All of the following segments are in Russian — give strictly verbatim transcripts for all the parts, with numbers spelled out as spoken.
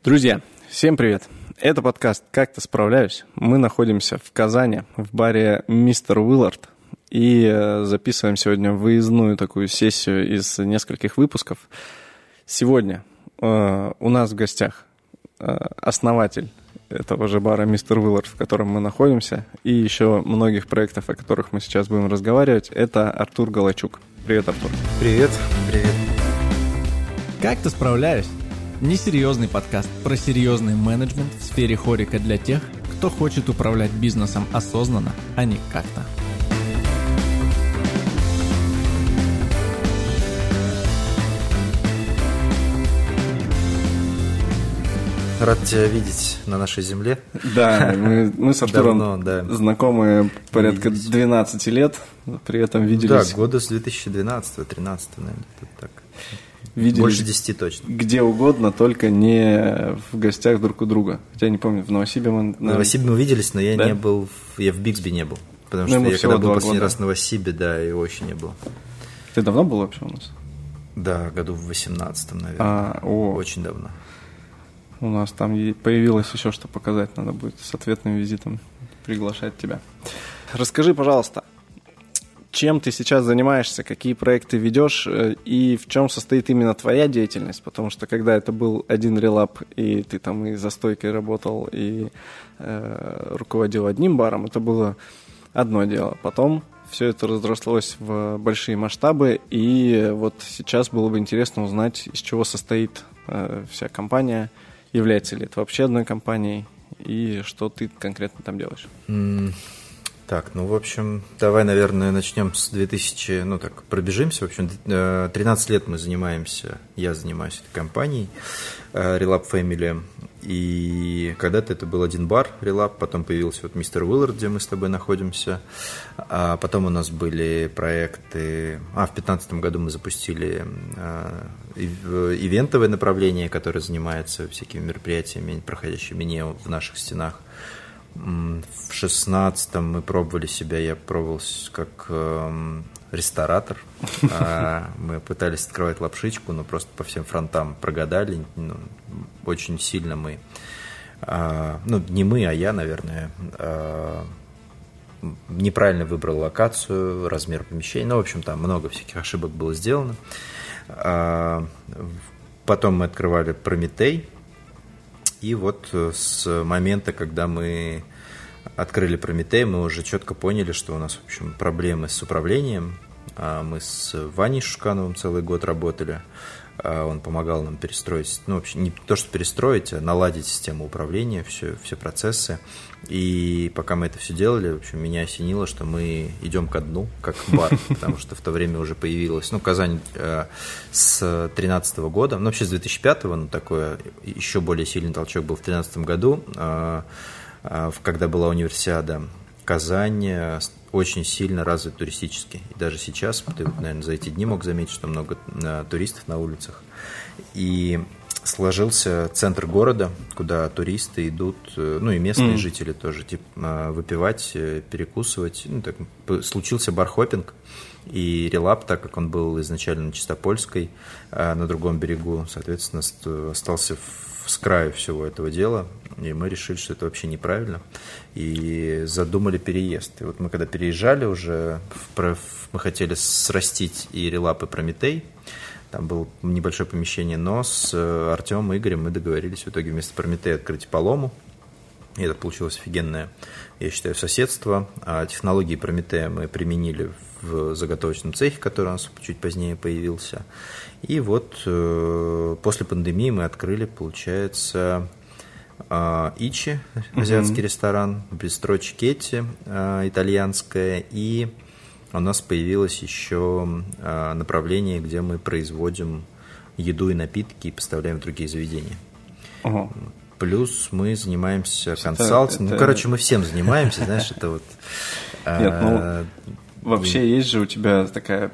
Друзья, всем привет! Это подкаст «Как-то справляюсь». Мы находимся в Казани, в баре «Мистер Уиллард», и записываем сегодня выездную такую сессию из нескольких выпусков. Сегодня э, у нас в гостях э, основатель этого же бара «Мистер Уиллард», в котором мы находимся, и еще многих проектов, о которых мы сейчас будем разговаривать. Это Артур Галайчук. Привет, Артур. Привет. Привет. «Как-то справляюсь». Несерьезный подкаст про серьезный менеджмент в сфере хорика для тех, кто хочет управлять бизнесом осознанно, а не как-то. Рад тебя видеть на нашей земле. Да, мы, мы с Артуром Давно, да. знакомы порядка двенадцать лет, при этом виделись... Да, года с две тысячи двенадцатого-тринадцатого, наверное, так. Виделись больше десяти точно. Где угодно, только не в гостях друг у друга. Хотя я не помню, в Новосибе мы... В Новосибе мы виделись, но я да? не был, я в Бигсби не был. Потому ну, что я когда был последний года. раз в Новосибе, да, его еще не было. Ты давно был вообще у нас? Да, году в восемнадцатом, наверное. А, о. Очень давно. У нас там появилось еще что показать, надо будет с ответным визитом приглашать тебя. Расскажи, пожалуйста, чем ты сейчас занимаешься, какие проекты ведешь и в чем состоит именно твоя деятельность? Потому что когда это был один релап, и ты там и за стойкой работал, и э, руководил одним баром, это было одно дело. Потом все это разрослось в большие масштабы, и вот сейчас было бы интересно узнать, из чего состоит э, вся компания, является ли это вообще одной компанией, и что ты конкретно там делаешь. Mm. Так, ну, в общем, давай, наверное, начнем с две тысячи, ну, так, пробежимся. В общем, тринадцать лет мы занимаемся, я занимаюсь этой компанией Relap Family. И когда-то это был один бар Relap, потом появился вот Мистер Уиллард, где мы с тобой находимся. А потом у нас были проекты... А, в пятнадцатом году мы запустили ивентовое направление, которое занимается всякими мероприятиями, проходящими не в наших стенах. В шестнадцатом мы пробовали себя, я пробовал как э, ресторатор. Мы пытались открывать лапшичку, но просто по всем фронтам прогадали. Ну, очень сильно мы, э, ну не мы, а я, наверное, э, неправильно выбрал локацию, размер помещения. Ну, в общем, там много всяких ошибок было сделано. Э, потом мы открывали Прометей. И вот с момента, когда мы открыли Прометей, мы уже четко поняли, что у нас, в общем, проблемы с управлением. Мы с Ваней Шушкановым целый год работали. Он помогал нам перестроить, ну, вообще не то, что перестроить, а наладить систему управления, все, все процессы. И пока мы это все делали, в общем, меня осенило, что мы идем ко дну, как бар, потому что в то время уже появилась, ну, Казань э, с тринадцатого года, ну, вообще с две тысячи пятого, ну, такой еще более сильный толчок был в тринадцатом году, э, э, когда была универсиада. Казань очень сильно развит туристически. И даже сейчас, ты, наверное, за эти дни мог заметить, что много э, туристов на улицах. И сложился центр города, куда туристы идут, ну и местные mm. жители тоже, типа, выпивать, перекусывать. Ну, так, случился бархоппинг, и Relap, так как он был изначально на Чистопольской, на другом берегу, соответственно, остался с краю всего этого дела, и мы решили, что это вообще неправильно, и задумали переезд. И вот мы когда переезжали уже, мы хотели срастить и Relap, и Прометей. Там было небольшое помещение, но с Артемом и Игорем мы договорились в итоге вместо Прометея открыть Палому. И это получилось офигенное, я считаю, соседство. А технологии Прометея мы применили в заготовочном цехе, который у нас чуть позднее появился. И вот э, после пандемии мы открыли, получается, э, Ичи, азиатский mm-hmm. ресторан, Бистро Чикетти, э, итальянское, и у нас появилось еще э, направление, где мы производим еду и напитки и поставляем в другие заведения. Uh-huh. Плюс мы занимаемся консалтингом. Это... Ну, короче, мы всем занимаемся, знаешь, это вот... Нет, ну, вообще есть же у тебя такая...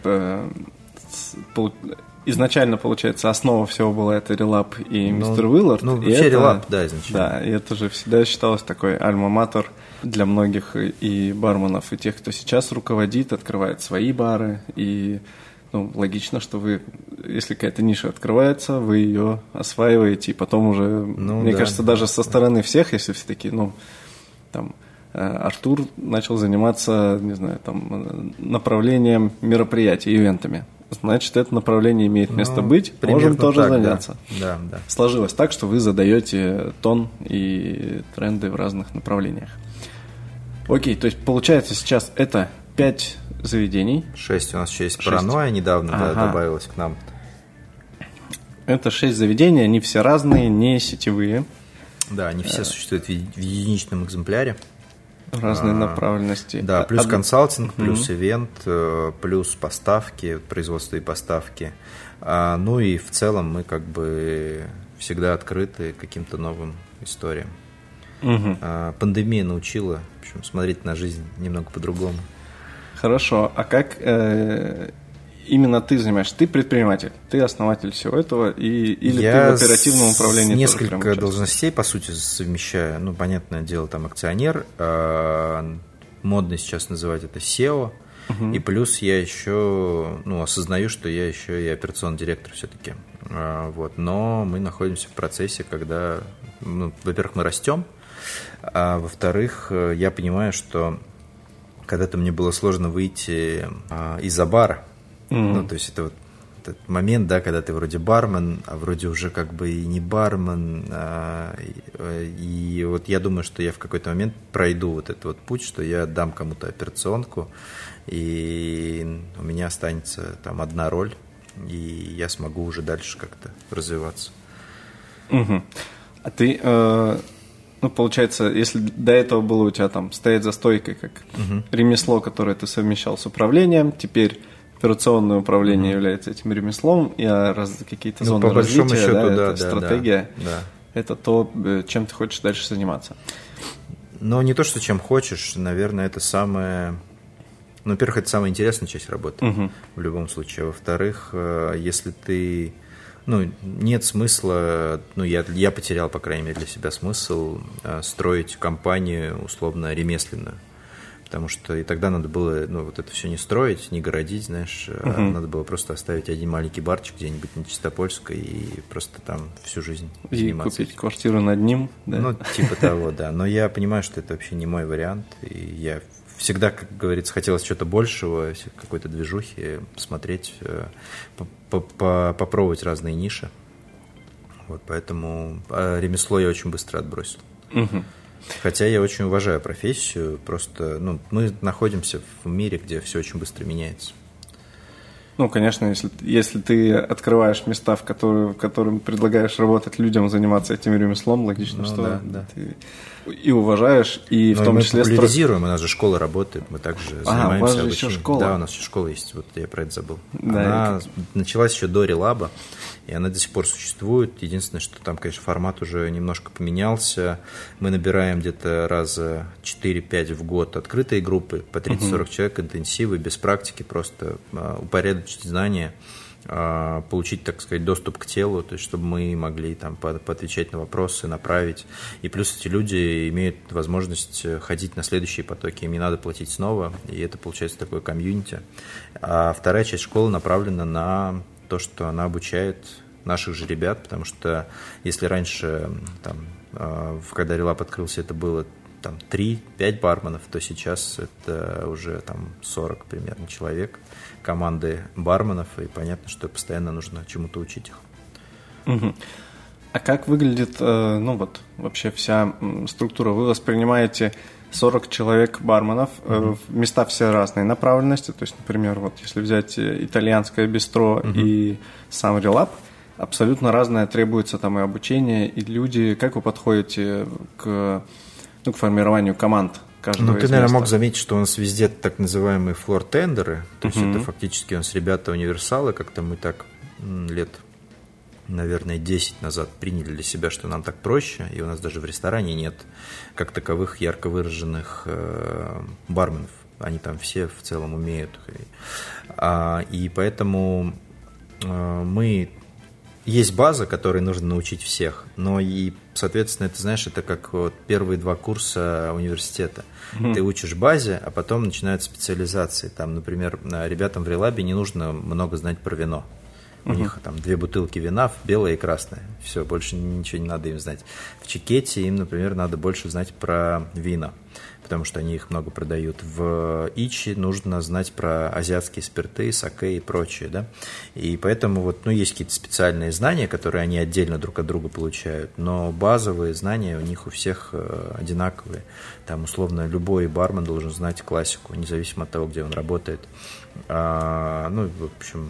Изначально, получается, основа всего была это Relap и Мистер Уиллард. Ну, вообще Relap, да, изначально. Да, и это же всегда считалось такой альма-матер для многих и барменов, и тех, кто сейчас руководит, открывает свои бары. И ну, логично, что вы если какая-то ниша открывается, вы ее осваиваете, и потом уже, ну, мне да, кажется, да. даже со стороны всех, если все такие, ну, там, Артур начал заниматься, не знаю, там, направлением мероприятий, ивентами. Значит, это направление имеет место ну, быть, можем тоже так, заняться. Да. Да, да. Сложилось так, что вы задаете тон и тренды в разных направлениях. Окей, то есть получается сейчас это пять заведений. Шесть, у нас еще есть паранойя недавно ага. да, добавилась к нам. Это шесть заведений, они все разные, не сетевые. Да, они все а... существуют в единичном экземпляре. Разные а, направленности. Да, плюс Од... консалтинг, плюс mm-hmm. ивент, плюс поставки, производство и поставки. А, ну и в целом мы как бы всегда открыты к каким-то новым историям. Mm-hmm. А, пандемия научила, в общем, смотреть на жизнь немного по-другому. Хорошо. А как э, именно ты занимаешься? Ты предприниматель, ты основатель всего этого, и, или Я ты в оперативном управлении? Я несколько должностей, по сути, совмещаю. Ну, понятное дело, там акционер, э, модно сейчас называть это сео, угу. и плюс я еще, ну, осознаю, что я еще и операционный директор все-таки. Э, вот. Но мы находимся в процессе, когда, ну, во-первых, мы растем, а во-вторых, я понимаю, что когда-то мне было сложно выйти э, из-за бара. Mm-hmm. Ну, то есть это вот этот момент, да, когда ты вроде бармен, а вроде уже как бы и не бармен. А, и, и вот я думаю, что я в какой-то момент пройду вот этот вот путь, что я дам кому-то операционку, и у меня останется там одна роль, и я смогу уже дальше как-то развиваться. Mm-hmm. А ты... Э... Ну, получается, если до этого было у тебя там стоять за стойкой, как uh-huh. ремесло, которое ты совмещал с управлением, теперь операционное управление uh-huh. является этим ремеслом, и раз, какие-то ну, зоны развития, счету, да, да, это да, стратегия, да, да. это то, чем ты хочешь дальше заниматься. Ну, не то, что чем хочешь, наверное, это самое... Ну, во-первых, это самая интересная часть работы uh-huh. в любом случае. Во-вторых, если ты... Ну, нет смысла, ну, я, я потерял, по крайней мере, для себя смысл э, строить компанию условно ремесленную, потому что и тогда надо было, ну, вот это все не строить, не городить, знаешь, uh-huh. а надо было просто оставить один маленький барчик где-нибудь на Чистопольской и просто там всю жизнь и заниматься. И купить квартиру над ним, да? Ну, типа того, да, но я понимаю, что это вообще не мой вариант, и я... Всегда, как говорится, хотелось чего-то большего, какой-то движухи, посмотреть, попробовать разные ниши. Вот, поэтому ремесло я очень быстро отбросил. Угу. Хотя я очень уважаю профессию, просто ну, мы находимся в мире, где все очень быстро меняется. Ну, конечно, если, если ты открываешь места, в, которые, в которых предлагаешь работать людям, заниматься этим ремеслом, логично, ну, что да, да. ты и уважаешь, и Но в том мы числе... Мы популяризируем, у нас же школа работает, мы также а, занимаемся у вас же обучением. еще школа. Да, у нас еще школа есть, вот я про это забыл. Да, она как... началась еще до Релаба, и она до сих пор существует. Единственное, что там, конечно, формат уже немножко поменялся. Мы набираем где-то раза четыре-пять в год открытые группы, по тридцать-сорок uh-huh. человек, интенсивы, без практики, просто uh, упорядочить знания, uh, получить, так сказать, доступ к телу, то есть чтобы мы могли там по- поотвечать на вопросы, направить. И плюс эти люди имеют возможность ходить на следующие потоки, им не надо платить снова, и это получается такое комьюнити. А вторая часть школы направлена на то, что она обучает наших же ребят, потому что если раньше, там, когда Релап открылся, это было там три-пять барменов, то сейчас это уже там сорок примерно человек, команды барменов, и понятно, что постоянно нужно чему-то учить их. Угу. А как выглядит, ну вот, вообще вся структура? Вы воспринимаете сорок человек барменов, mm-hmm. места все разные направленности, то есть, например, вот если взять итальянское бистро mm-hmm. и сам Релап, абсолютно разное требуется там и обучение, и люди. Как вы подходите к, ну, к формированию команд каждого Ну, из ты, наверное, места? мог заметить, что у нас везде так называемые флор-тендеры, то есть mm-hmm. это фактически у нас ребята-универсалы, как-то мы так лет... наверное, десять назад приняли для себя, что нам так проще, и у нас даже в ресторане нет как таковых ярко выраженных э, барменов. Они там все в целом умеют. А, и поэтому э, мы... Есть база, которой нужно научить всех, но и, соответственно, ты знаешь, это как вот первые два курса университета. Mm-hmm. Ты учишь базе, а потом начинают специализации. Там, например, ребятам в Релабе не нужно много знать про вино. У uh-huh. них там две бутылки вина, белое и красное. Все, больше ничего не надо им знать. В Чикете им, например, надо больше знать про вина, потому что они их много продают. В Ичи нужно знать про азиатские спирты, саке и прочее, да. И поэтому вот, ну, есть какие-то специальные знания, которые они отдельно друг от друга получают, но базовые знания у них у всех одинаковые. Там, условно, любой бармен должен знать классику, независимо от того, где он работает. А, ну, в общем,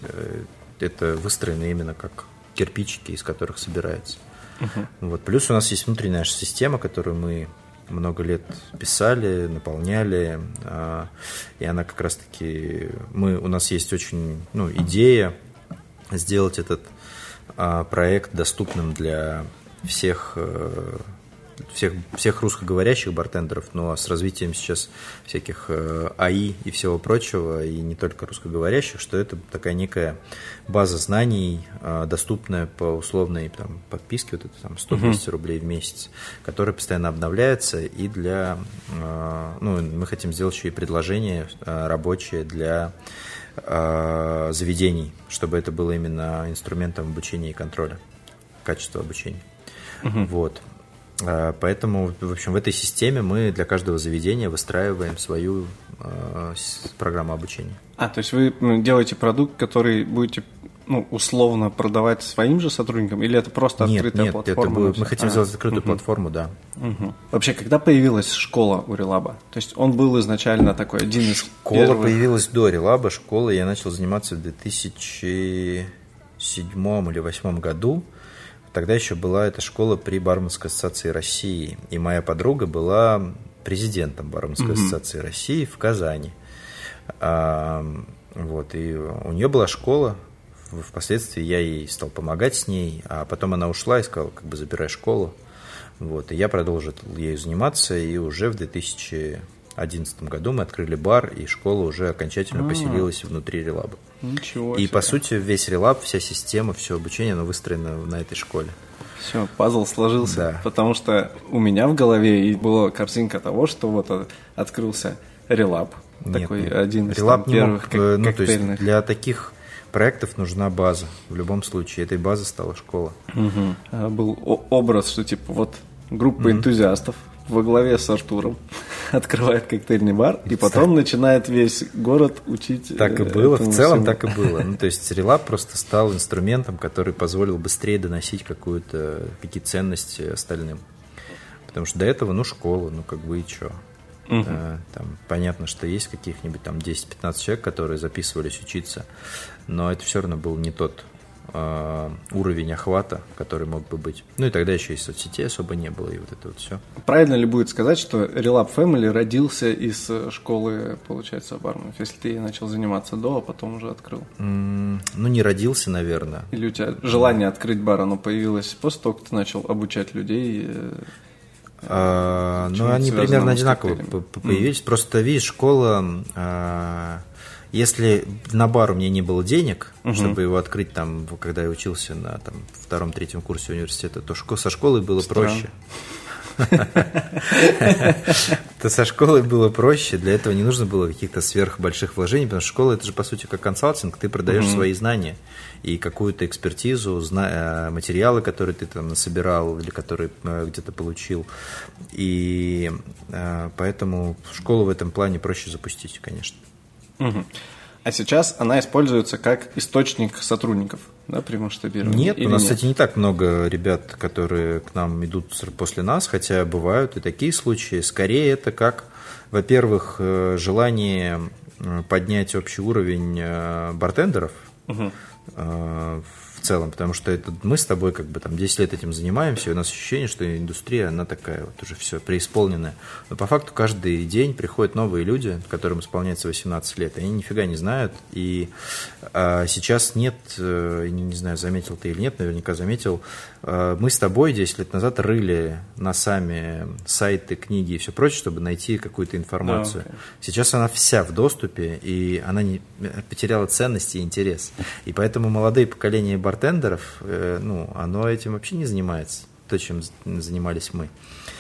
это выстроено именно как кирпичики, из которых собирается. Uh-huh. Вот. Плюс у нас есть внутренняя наша система, которую мы много лет писали, наполняли, и она как раз-таки, мы, у нас есть очень, ну, идея сделать этот проект доступным для всех, всех, всех русскоговорящих бартендеров, но с развитием сейчас всяких эй ай и всего прочего, и не только русскоговорящих, что это такая некая база знаний, доступная по условной там, подписке, вот это там сто-двести uh-huh. рублей в месяц, которая постоянно обновляется, и для, ну, мы хотим сделать еще и предложение рабочее для заведений, чтобы это было именно инструментом обучения и контроля, качества обучения. Uh-huh. Вот. Поэтому, в общем, в этой системе мы для каждого заведения выстраиваем свою э, программу обучения. А, то есть вы делаете продукт, который будете, ну, условно продавать своим же сотрудникам, или это просто нет, открытая нет, платформа? Нет, будет, мы хотим а, сделать открытую угу. платформу, да. Угу. Вообще, когда появилась школа у Релаба? То есть он был изначально такой один из Школа первых... появилась до Релаба. Школа я начал заниматься в две тысячи седьмом или две тысячи восьмом году. Тогда еще была эта школа при Барменской ассоциации России. И моя подруга была президентом Барменской mm-hmm. ассоциации России в Казани. А, вот, и у нее была школа. Впоследствии я ей стал помогать с ней. А потом она ушла и сказала, как бы, забирай школу. Вот, и я продолжил ею заниматься. И уже в две тысячи одиннадцатом году мы открыли бар, и школа уже окончательно А-а-а. поселилась внутри Релаба. Ничего и, себе. По сути, весь Релаб, вся система, все обучение, оно выстроено на этой школе. Все, пазл сложился, да. Потому что у меня в голове была картинка того, что вот открылся Релаб, такой нет. один из там, первых мог, ну, коктейльных. То есть для таких проектов нужна база. В любом случае, этой базой стала школа. Угу. А был образ, что типа вот группа mm-hmm. энтузиастов во главе с Артуром открывает коктейльный бар, и потом начинает весь город учить. Так и было, в целом всему. Так и было. Ну, то есть Релаб просто стал инструментом, который позволил быстрее доносить какую-то, какие ценности остальным. Потому что до этого, ну, школа, ну, как бы и что. Угу. Там понятно, что есть каких-нибудь там десять-пятнадцать человек, которые записывались учиться, но это все равно был не тот уровень охвата, который мог бы быть. Ну и тогда еще и соцсетей особо не было, и вот это вот все. Правильно ли будет сказать, что Релаб Family родился из школы, получается, барменов, если ты начал заниматься до, а потом уже открыл? Mm, ну, не родился, наверное. Или у тебя желание открыть бар, оно появилось после того, как ты начал обучать людей? А, ну, они примерно одинаково появились. Mm. Просто, видишь, школа... А, если на бар у меня не было денег, uh-huh. чтобы его открыть, там, когда я учился на там, втором-третьем курсе университета, то шко- со школой было Странно. проще. То со школой было проще, для этого не нужно было каких-то сверхбольших вложений, потому что школа – это же, по сути, как консалтинг, ты продаешь свои знания и какую-то экспертизу, материалы, которые ты там насобирал или которые где-то получил. И поэтому школу в этом плане проще запустить, конечно. Угу. А сейчас она используется как источник сотрудников, да, при масштабировании? Нет, у нас, нет? Кстати, не так много ребят, которые к нам идут после нас, хотя бывают и такие случаи. Скорее это как, во-первых, желание поднять общий уровень бартендеров, угу. в целом, потому что это мы с тобой как бы там десять лет этим занимаемся, и у нас ощущение, что индустрия, она такая вот уже все преисполненная. Но по факту каждый день приходят новые люди, которым исполняется восемнадцать лет, и они нифига не знают, и а, сейчас нет, не знаю, заметил ты или нет, наверняка заметил, а, мы с тобой десять лет назад рыли на сами сайты, книги и все прочее, чтобы найти какую-то информацию. Да, okay. Сейчас она вся в доступе, и она не, потеряла ценность и интерес. И поэтому молодые поколения бартендеров, ну, оно этим вообще не занимается. то, чем занимались мы.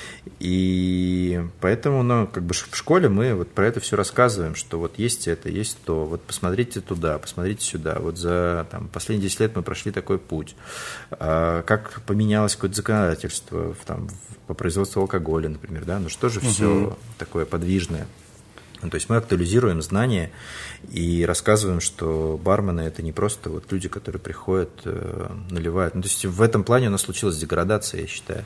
И поэтому, ну, как бы в школе мы вот про это все рассказываем, что вот есть это, есть то, вот посмотрите туда, посмотрите сюда, вот за там, последние десять лет мы прошли такой путь, а, как поменялось какое-то законодательство в, там, по производству алкоголя, например, да, ну что же все угу. такое подвижное. Ну, то есть мы актуализируем знания и рассказываем, что бармены – это не просто вот люди, которые приходят, э, наливают. Ну, то есть в этом плане у нас случилась деградация, я считаю.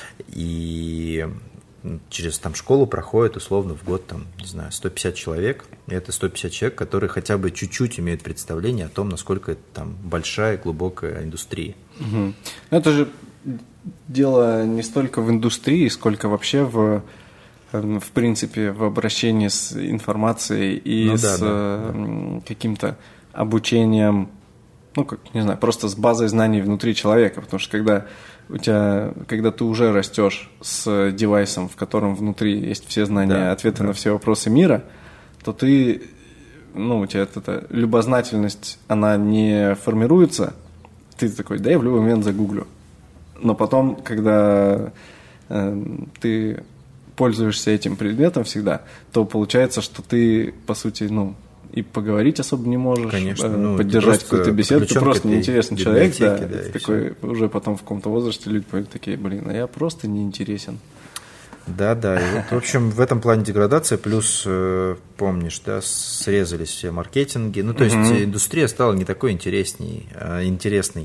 И через там, школу проходит условно в год там, не знаю, сто пятьдесят человек. И это сто пятьдесят человек, которые хотя бы чуть-чуть имеют представление о том, насколько это там, большая, глубокая индустрия. Угу. Это же дело не столько в индустрии, сколько вообще в... в принципе, в обращении с информацией и ну, с да, да. каким-то обучением, ну, как, не знаю, просто с базой знаний внутри человека, потому что когда у тебя, когда ты уже растешь с девайсом, в котором внутри есть все знания, да, ответы да. на все вопросы мира, то ты, ну, у тебя эта любознательность, она не формируется, ты такой, да, я в любой момент загуглю. Но потом, когда э, ты пользуешься этим предметом всегда, то получается, что ты, по сути, ну, и поговорить особо не можешь, конечно, э, ну, поддержать какую-то беседу, ты просто неинтересный человек, да, да такой, уже потом в каком-то возрасте люди такие, блин, а я просто неинтересен. Да, да, и вот, в общем, в этом плане деградация, плюс, помнишь, да, срезались все маркетинги, ну, то есть uh-huh. индустрия стала не такой интересней, интересной,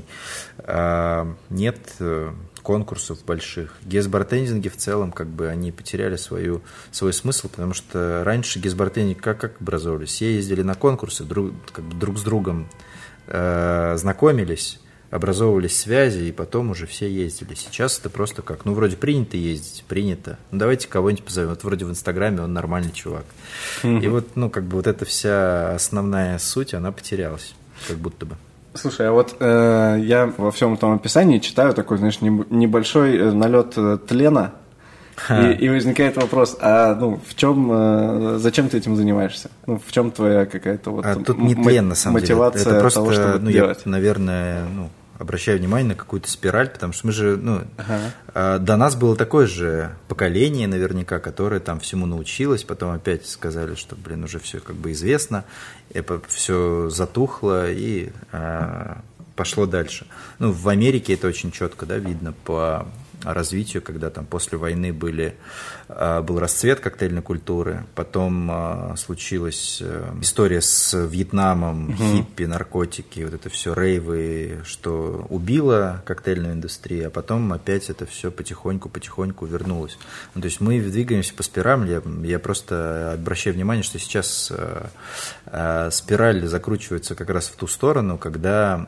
нет конкурсов больших. Гейс-бартендинги в целом, как бы, они потеряли свою, свой смысл, потому что раньше гейс-бартендинги как, как образовывались? Все ездили на конкурсы, друг, как бы друг с другом э, знакомились, образовывались связи, и потом уже все ездили. Сейчас это просто как, ну, вроде принято ездить, принято. Ну, давайте кого-нибудь позовем. Вот вроде в Инстаграме он нормальный чувак. Mm-hmm. И вот, ну, как бы вот эта вся основная суть, она потерялась, как будто бы. Слушай, а вот э, я во всем этом описании читаю такой, знаешь, небольшой налет тлена, и, и возникает вопрос, а ну в чем, э, зачем ты этим занимаешься? Ну, в чем твоя какая-то вот а тут не тлен, на самом мотивация деле. Это просто, того, чтобы ну, делать? Я, наверное, ну, обращаю внимание на какую-то спираль, потому что мы же, ну, ага. до нас было такое же поколение наверняка, которое там всему научилось, потом опять сказали, что, блин, уже все как бы известно, все затухло и а, пошло дальше. Ну, в Америке это очень четко, да, видно по развитию, когда там после войны были, был расцвет коктейльной культуры, потом случилась история с Вьетнамом, угу. хиппи, наркотики, вот это все, рейвы, что убило коктейльную индустрию, а потом опять это все потихоньку-потихоньку вернулось. Ну, то есть мы двигаемся по спирали, я, я просто обращаю внимание, что сейчас спираль закручивается как раз в ту сторону, когда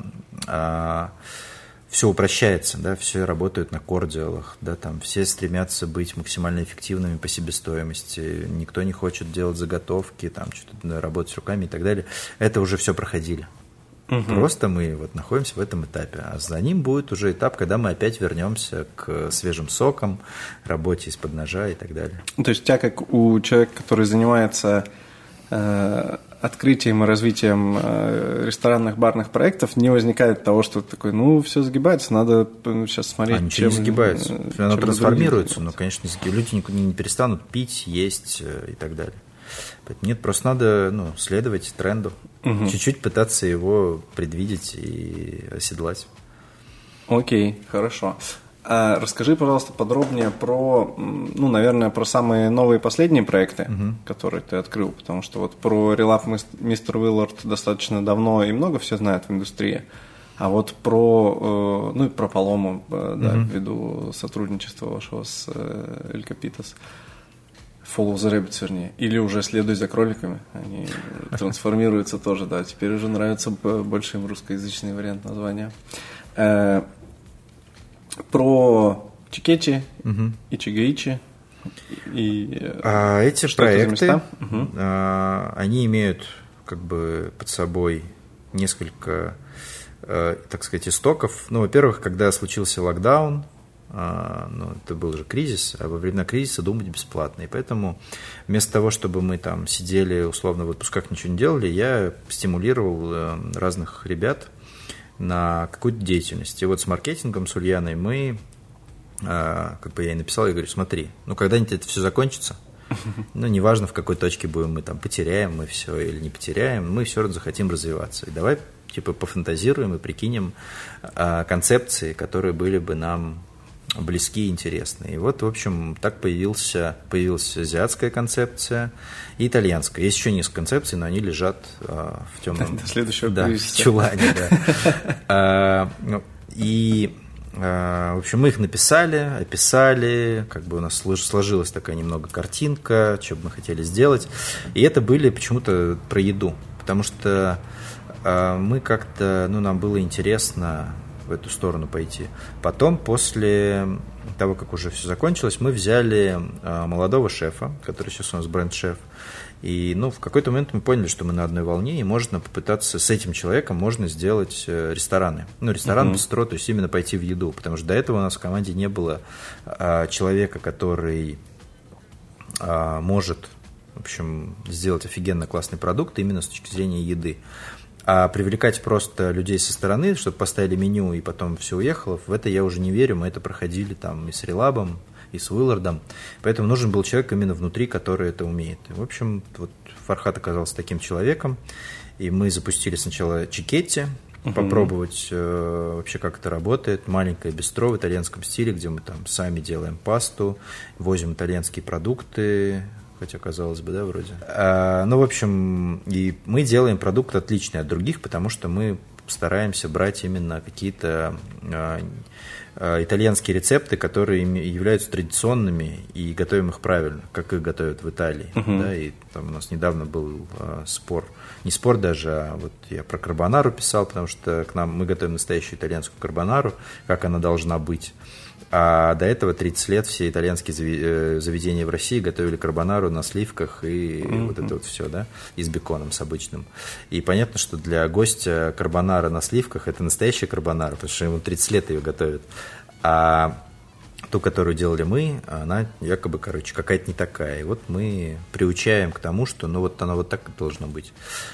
все упрощается, да, все работают на кордиалах, да, там все стремятся быть максимально эффективными по себестоимости, никто не хочет делать заготовки, там что-то работать руками и так далее. Это уже все проходили. Угу. Просто мы вот находимся в этом этапе, а за ним будет уже этап, когда мы опять вернемся к свежим сокам, работе из-под ножа и так далее. То есть у тебя, как у человека, который занимается э, открытием и развитием э, ресторанных, барных проектов, не возникает того, что такой, ну, все загибается, надо ну, сейчас смотреть, а, ничего чем... не загибается, оно трансформируется, но, конечно, люди не, не перестанут пить, есть и так далее. Нет, просто надо ну, следовать тренду, угу. чуть-чуть пытаться его предвидеть и оседлать. Окей, хорошо. А расскажи, пожалуйста, подробнее про, ну, наверное, про самые новые последние проекты, угу. которые ты открыл, потому что вот про Релап мистер Уиллард достаточно давно и много все знают в индустрии, а вот про, ну, и про Палому, да, угу. ввиду сотрудничества вашего с Эль Капитас. Follow the Rabbits, вернее. Или уже «Следуй за кроликами». Они трансформируются тоже, да. Теперь уже нравится больше им русскоязычный вариант названия. Про Чикечи угу. и Чигаичи. И а эти проекты, угу. а, они имеют как бы под собой несколько, а, так сказать, истоков. Ну, во-первых, когда случился локдаун, а, ну, это был же кризис, а во времена кризиса думать бесплатно. И поэтому вместо того, чтобы мы там сидели условно в отпусках, ничего не делали, я стимулировал разных ребят на какую-то деятельность. И вот с маркетингом, с Ульяной мы как бы я ей написал, я говорю, смотри, ну когда-нибудь это все закончится, ну неважно, в какой точке будем, мы там потеряем мы все или не потеряем, мы все равно захотим развиваться. И давай типа пофантазируем и прикинем а, концепции, которые были бы нам близки и интересны. И вот, в общем, так появился, появилась азиатская концепция и итальянская. Есть еще несколько концепций, но они лежат а, в темном да, в чулане. Да. И, в общем, мы их написали, описали, как бы у нас сложилась такая немного картинка, что бы мы хотели сделать. И это были почему-то про еду, потому что мы как-то, ну, нам было интересно в эту сторону пойти. Потом, после того, как уже все закончилось, мы взяли молодого шефа, который сейчас у нас бренд-шеф, и, ну, в какой-то момент мы поняли, что мы на одной волне, и можно попытаться с этим человеком можно сделать рестораны. Ну, ресторан uh-huh. бистро, то есть именно пойти в еду, потому что до этого у нас в команде не было а, человека, который а, может, в общем, сделать офигенно классный продукт именно с точки зрения еды. А привлекать просто людей со стороны, чтобы поставили меню и потом все уехало, в это я уже не верю. Мы это проходили там и с Релабом, и с Уиллардом. Поэтому нужен был человек именно внутри, который это умеет. И, в общем, вот Фархат оказался таким человеком. И мы запустили сначала Чикетти, uh-huh. попробовать э, вообще, как это работает. Маленькое бистро в итальянском стиле, где мы там сами делаем пасту, возим итальянские продукты. Хотя, казалось бы, да, вроде. А, ну, в общем, и мы делаем продукт отличный от других, потому что мы стараемся брать именно какие-то а, а, итальянские рецепты, которые являются традиционными, и готовим их правильно, как их готовят в Италии. Uh-huh. Да, и там у нас недавно был а, спор, не спор даже, а вот я про карбонару писал, потому что к нам мы готовим настоящую итальянскую карбонару, как она должна быть. А до этого тридцать лет все итальянские заведения в России готовили карбонару на сливках и mm-hmm. вот это вот все, да, и с беконом, с обычным. И понятно, что для гостя карбонара на сливках – это настоящая карбонара, потому что ему тридцать лет ее готовят. А ту, которую делали мы, она якобы, короче, какая-то не такая. И вот мы приучаем к тому, что ну вот она вот так и должна быть.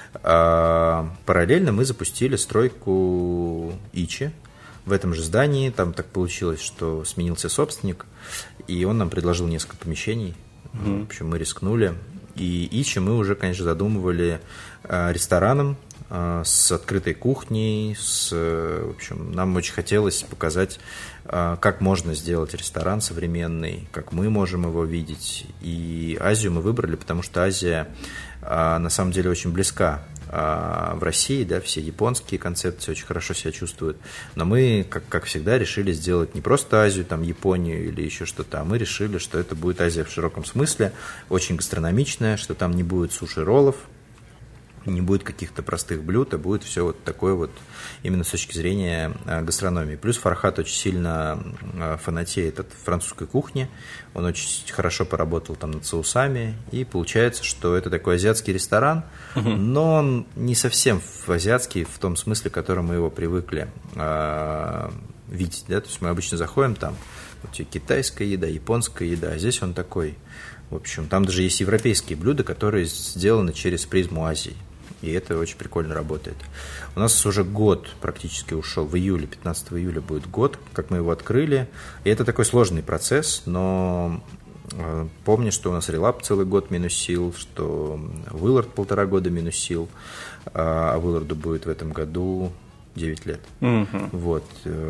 А параллельно мы запустили стройку Ичи. В этом же здании, там так получилось, что сменился собственник, и он нам предложил несколько помещений. Mm-hmm. В общем, мы рискнули. И Ичи мы уже, конечно, задумывали э, рестораном э, с открытой кухней. С, э, в общем, нам очень хотелось показать, э, как можно сделать ресторан современный, как мы можем его видеть. И Азию мы выбрали, потому что Азия э, на самом деле очень близка. В России, да, все японские концепции очень хорошо себя чувствуют, но мы, как, как всегда, решили сделать не просто Азию, там, Японию или еще что-то, а мы решили, что это будет Азия в широком смысле, очень гастрономичная, что там не будет суши-роллов, не будет каких-то простых блюд, а будет все вот такое вот именно с точки зрения гастрономии. Плюс Фархат очень сильно фанатеет от французской кухни, он очень хорошо поработал там над соусами, и получается, что это такой азиатский ресторан, uh-huh. но он не совсем азиатский в том смысле, в котором мы его привыкли а, видеть, да, то есть мы обычно заходим там, вот китайская еда, японская еда, а здесь он такой, в общем, там даже есть европейские блюда, которые сделаны через призму Азии. И это очень прикольно работает. У нас уже год практически ушел, в июле, пятнадцатого июля будет год, как мы его открыли. И это такой сложный процесс, но э, помню, что у нас Релаб целый год минусил, что Уиллард полтора года минусил, а Уилларду будет в этом году девять лет. Mm-hmm. Вот.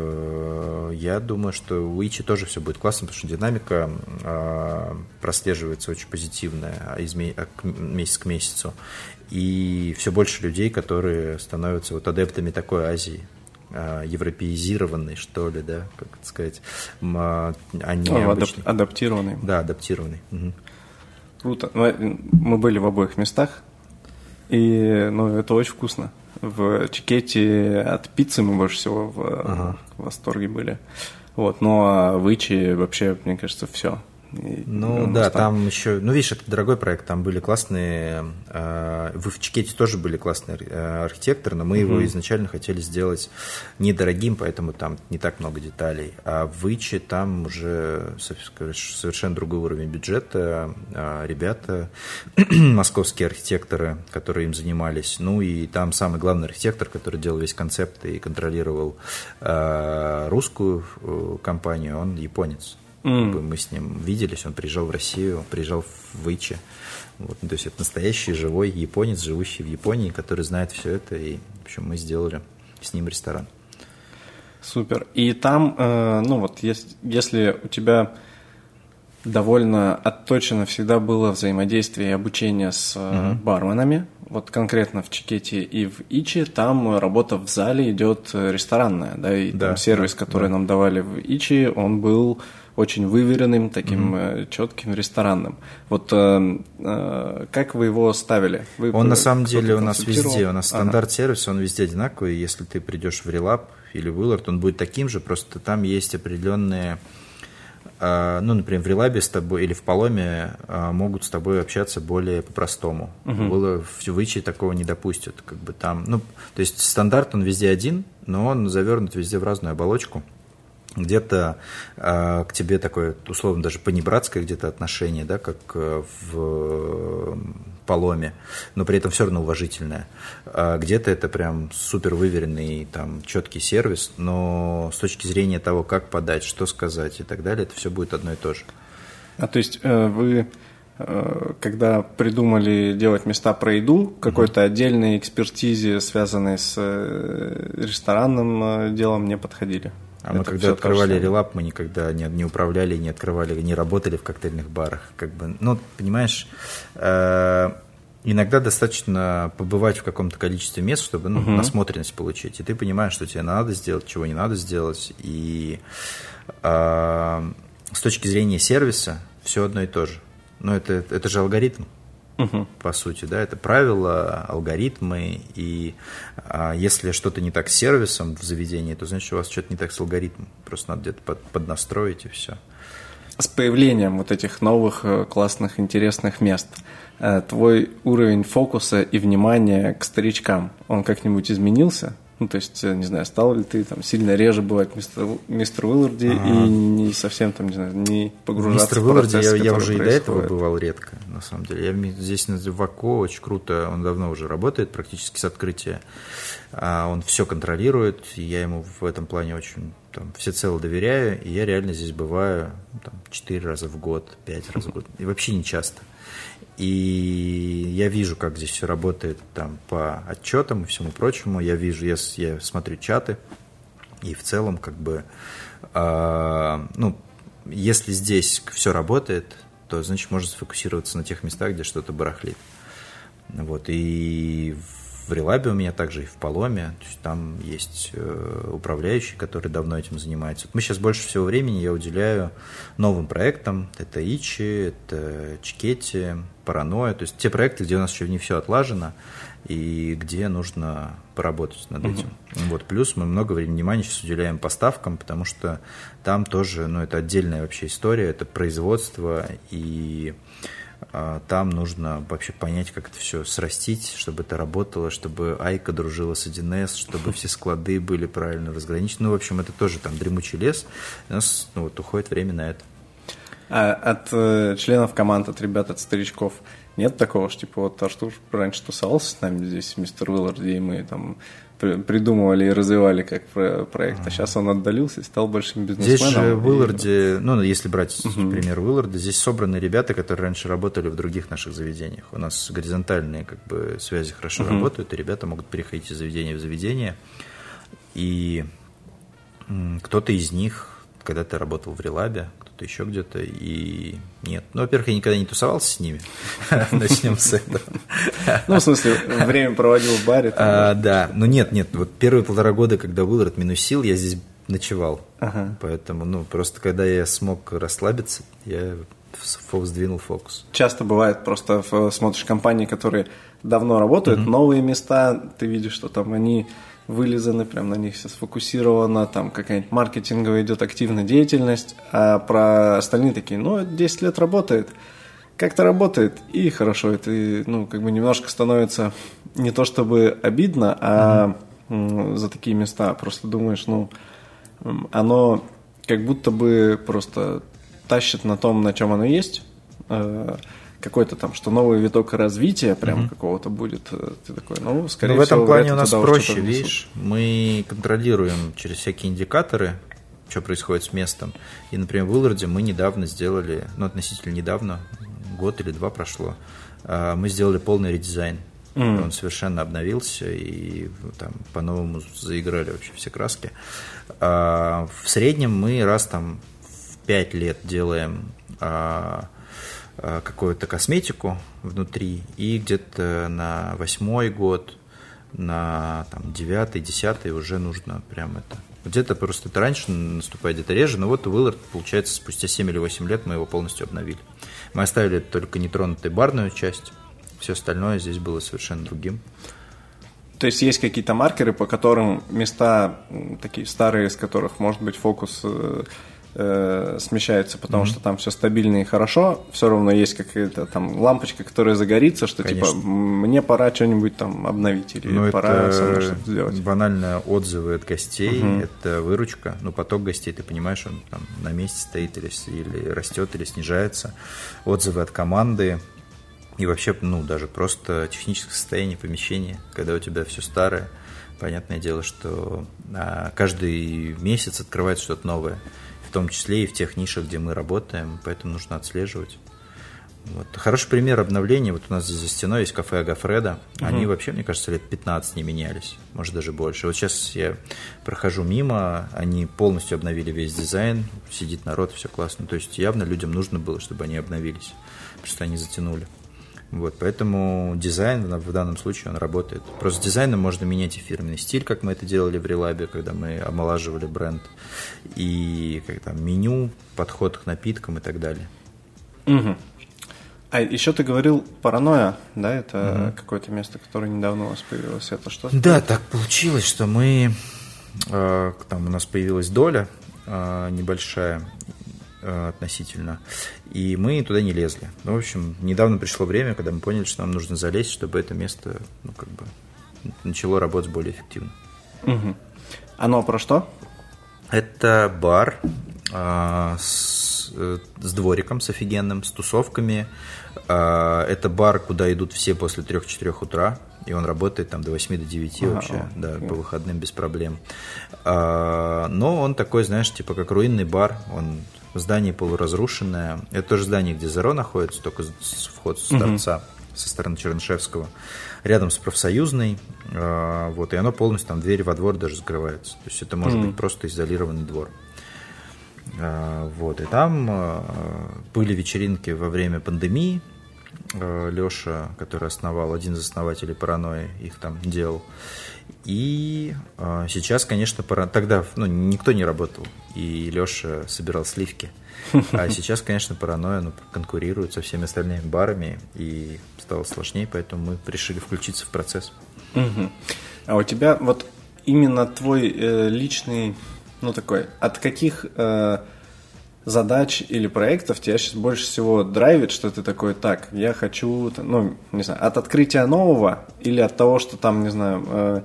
Я думаю, что у Ичи тоже все будет классно, потому что динамика прослеживается очень позитивная месяц к месяцу. И все больше людей, которые становятся вот адептами такой Азии, европеизированной, что ли, да, как это сказать, а не О, обычной. Адаптированной. Да, адаптированной. Угу. Круто. Мы были в обоих местах, и ну, это очень вкусно. В Чикетти от пиццы мы больше всего в ага. восторге были. Вот, но в Ичи вообще, мне кажется, все. И, ну да, там... там еще, ну видишь, это дорогой проект, там были классные, э, вы в Чикете тоже были классные э, архитекторы, но мы угу. его изначально хотели сделать недорогим, поэтому там не так много деталей, а в Ичи там уже совершенно другой уровень бюджета, э, ребята, московские архитекторы, которые им занимались, ну и там самый главный архитектор, который делал весь концепт и контролировал э, русскую э, компанию, он японец. Mm. Мы с ним виделись, он приезжал в Россию, приезжал в Ичи. Вот, то есть это настоящий живой японец, живущий в Японии, который знает все это. И, в общем, мы сделали с ним ресторан. Супер. И там, э, ну вот, есть, если у тебя довольно отточено всегда было взаимодействие и обучение с mm-hmm. барменами, вот конкретно в Чикете и в Ичи, там работа в зале идет ресторанная, да, и да, там сервис, да, который да. нам давали в Ичи, он был очень выверенным, таким mm-hmm. четким, ресторанным. Вот э, э, как вы его ставили? Вы, он на самом деле у нас везде, у нас стандарт сервиса, он везде одинаковый. Если ты придешь в Релаб или в Willard, он будет таким же, просто там есть определенные, э, ну, например, в Релабе с тобой или в Паломе э, могут с тобой общаться более по-простому. Mm-hmm. В, в Ичи такого не допустят. Как бы там, ну, то есть стандарт он везде один, но он завернут везде в разную оболочку. Где-то э, к тебе такое, условно, даже понебратское где-то отношение, да, как э, в Паломе, но при этом все равно уважительное. А где-то это прям супер выверенный, там, четкий сервис, но с точки зрения того, как подать, что сказать и так далее, это все будет одно и то же. А то есть э, вы, э, когда придумали делать места про еду, какой-то mm-hmm. отдельной экспертизе, связанной с э, ресторанным э, делом, не подходили? А это мы когда открывали Релаб, мы никогда не, не управляли, не открывали, не работали в коктейльных барах. Как бы, ну, понимаешь, э, иногда достаточно побывать в каком-то количестве мест, чтобы ну, uh-huh. насмотренность получить. И ты понимаешь, что тебе надо сделать, чего не надо сделать. И э, с точки зрения сервиса все одно и то же. Но это, это же алгоритм. Uh-huh. По сути, да, это правила, алгоритмы, и а, если что-то не так с сервисом в заведении, то значит, у вас что-то не так с алгоритмом, просто надо где-то под, поднастроить и все. С появлением вот этих новых классных, интересных мест, твой уровень фокуса и внимания к старичкам, он как-нибудь изменился? Ну, то есть, не знаю, стал ли ты там сильно реже бывать в мистер, мистер Уилларде ага. и не совсем там, не знаю, не погружаться в процесс, я, я уже происходит. И до этого бывал редко, на самом деле. Я здесь в АКО очень круто, он давно уже работает практически с открытия. Он все контролирует, и я ему в этом плане очень там, всецело доверяю, и я реально здесь бываю там, четыре раза в год, пять раз в год, и вообще не часто. И я вижу, как здесь все работает там, по отчетам и всему прочему. Я вижу, я, я смотрю чаты, и в целом, как бы, э, ну, если здесь все работает, то, значит, можно сфокусироваться на тех местах, где что-то барахлит. Вот, и в Релабе у меня также и в Паломе, то есть там есть э, управляющий, который давно этим занимается. Мы сейчас больше всего времени я уделяю новым проектам. Это Ичи, это Чикети, Паранойя. То есть те проекты, где у нас еще не все отлажено и где нужно поработать над этим. Uh-huh. Вот. Плюс мы много времени, внимания сейчас уделяем поставкам, потому что там тоже, ну, это отдельная вообще история, это производство, и там нужно вообще понять, как это все срастить, чтобы это работало, чтобы Айка дружила с один эс, чтобы все склады были правильно разграничены. Ну, в общем, это тоже там дремучий лес. У нас ну, вот, уходит время на это. А от э, членов команд, от ребят, от старичков нет такого, что типа вот Артур раньше тусовался с нами здесь, в мистер Уилларде, и мы там придумывали и развивали как проект, а сейчас он отдалился и стал большим бизнесменом. Здесь же в Уилларде, и... ну, если брать uh-huh. пример Уилларда, здесь собраны ребята, которые раньше работали в других наших заведениях. У нас горизонтальные как бы связи хорошо uh-huh. работают, и ребята могут переходить из заведения в заведение. И кто-то из них когда-то работал в Релабе, кто-то еще где-то, и нет. Ну, во-первых, я никогда не тусовался с ними. Начнем с этого. Ну, в смысле, время проводил в баре. Да, но нет, нет. Вот первые полтора года, когда Уиллард минусил, я здесь ночевал. Поэтому, ну, просто когда я смог расслабиться, я сдвинул фокус. Часто бывает, просто смотришь компании, которые давно работают, новые места, ты видишь, что там они вылизаны, прям на них все сфокусировано, там какая-нибудь маркетинговая идет активная деятельность, а про остальные такие, ну, десять лет работает, как-то работает, и хорошо, это, ну, как бы немножко становится не то чтобы обидно, а mm-hmm. за такие места просто думаешь, ну, оно как будто бы просто тащит на том, на чем оно есть, какой-то там, что новый виток развития прям mm-hmm. какого-то будет, ты такой, ну, скорее Но в этом всего, плане у нас проще, видишь, мы контролируем через всякие индикаторы, что происходит с местом. И, например, в Уилларде мы недавно сделали, ну, относительно недавно, год или два прошло, мы сделали полный редизайн. Mm. Он совершенно обновился, и там по-новому заиграли вообще все краски. В среднем мы раз там в пять лет делаем какую-то косметику внутри, и где-то на восьмой год, на там, девятый, десятый уже нужно прям это. Где-то просто это раньше наступает, где-то реже, но вот Уиллард, получается, спустя семь или восемь лет мы его полностью обновили. Мы оставили только нетронутой барную часть, все остальное здесь было совершенно другим. То есть есть какие-то маркеры, по которым места такие старые, с которых, может быть, фокус э, смещается, потому mm-hmm. что там все стабильно и хорошо, все равно есть какая-то там лампочка, которая загорится, что Конечно. типа мне пора что-нибудь там обновить или ну, пора со мной что-то сделать. Банально отзывы от гостей, mm-hmm. это выручка, ну поток гостей, ты понимаешь, он там на месте стоит или, или растет, или снижается. Отзывы от команды. И вообще, ну, даже просто техническое состояние помещения, когда у тебя все старое, понятное дело, что а, каждый месяц открывается что-то новое, в том числе и в тех нишах, где мы работаем, поэтому нужно отслеживать. Вот. Хороший пример обновления, вот у нас здесь за стеной есть кафе Агафреда, угу. они вообще, мне кажется, лет пятнадцать не менялись, может даже больше. Вот сейчас я прохожу мимо, они полностью обновили весь дизайн, сидит народ, все классно, то есть явно людям нужно было, чтобы они обновились, потому что они затянули. Вот, поэтому дизайн в данном случае он работает. Просто с дизайном можно менять и фирменный стиль, как мы это делали в Релабе, когда мы омолаживали бренд, и как там, меню, подход к напиткам и так далее. Угу. А еще ты говорил паранойя, да? Это угу. какое-то место, которое недавно у вас появилось. Это что? Да, так получилось, что мы э, там у нас появилась доля э, небольшая э, относительно. И мы туда не лезли. Ну, в общем, недавно пришло время, когда мы поняли, что нам нужно залезть, чтобы это место, ну, как бы, начало работать более эффективно. Угу. Оно про что? Это бар а, с, с двориком, с офигенным, с тусовками. А, это бар, куда идут все после трех-четырех утра. И он работает там до восьми, до девяти ага, вообще, о, да, о. по выходным без проблем. А, но он такой, знаешь, типа как руинный бар, он здание полуразрушенное. Это тоже здание, где Зеро находится, только вход с торца, угу. со стороны Чернышевского. Рядом с Профсоюзной. А, вот, и оно полностью, там двери во двор даже закрываются. То есть это может угу. быть просто изолированный двор. А, вот, и там а, были вечеринки во время пандемии. Леша, который основал, один из основателей Паранойи, их там делал. И э, сейчас, конечно, пара... тогда ну, никто не работал, и Леша собирал сливки. А сейчас, конечно, Паранойя ну, конкурирует со всеми остальными барами, и стало сложнее, поэтому мы решили включиться в процесс. Угу. А у тебя вот именно твой э, личный, ну такой, от каких... Э, задач или проектов тебя сейчас больше всего драйвит, что ты такой, так, я хочу, ну, не знаю, от открытия нового или от того, что там, не знаю, э,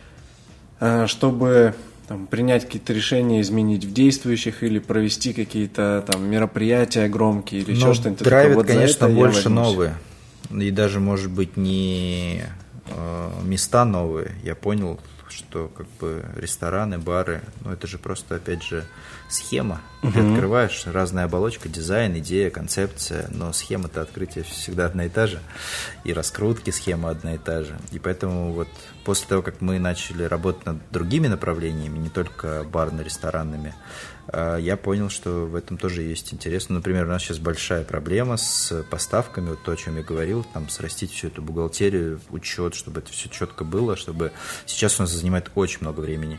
э, чтобы там, принять какие-то решения, изменить в действующих или провести какие-то там мероприятия громкие или еще что-нибудь. Драйвит, вот конечно, больше новые. И даже, может быть, не э, места новые. Я понял, что как бы рестораны, бары, ну это же просто, опять же, схема. Uh-huh. Ты открываешь, разная оболочка, дизайн, идея, концепция, но схема-то открытия всегда одна и та же, и раскрутки схема одна и та же. И поэтому вот после того, как мы начали работать над другими направлениями, не только барно-ресторанными, я понял, что в этом тоже есть интерес. Например, у нас сейчас большая проблема с поставками, вот то, о чем я говорил, там срастить всю эту бухгалтерию, учет, чтобы это все четко было, чтобы сейчас у нас занимает очень много времени.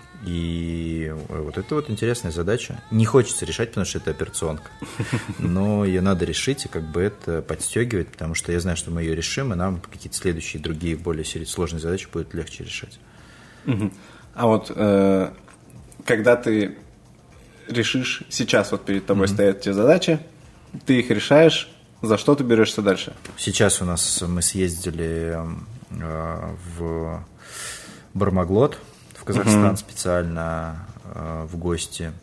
И вот это вот интересная задача. Не хочется решать, потому что это операционка. Но ее надо решить и как бы это подстегивать, потому что я знаю, что мы ее решим, и нам какие-то следующие другие более сложные задачи будет легче решать. Угу. А вот э, когда ты решишь, сейчас вот перед тобой mm-hmm. стоят те задачи, ты их решаешь, за что ты берешься дальше? Сейчас у нас мы съездили э, в Бармаглот, в Казахстан mm-hmm. специально э, в гости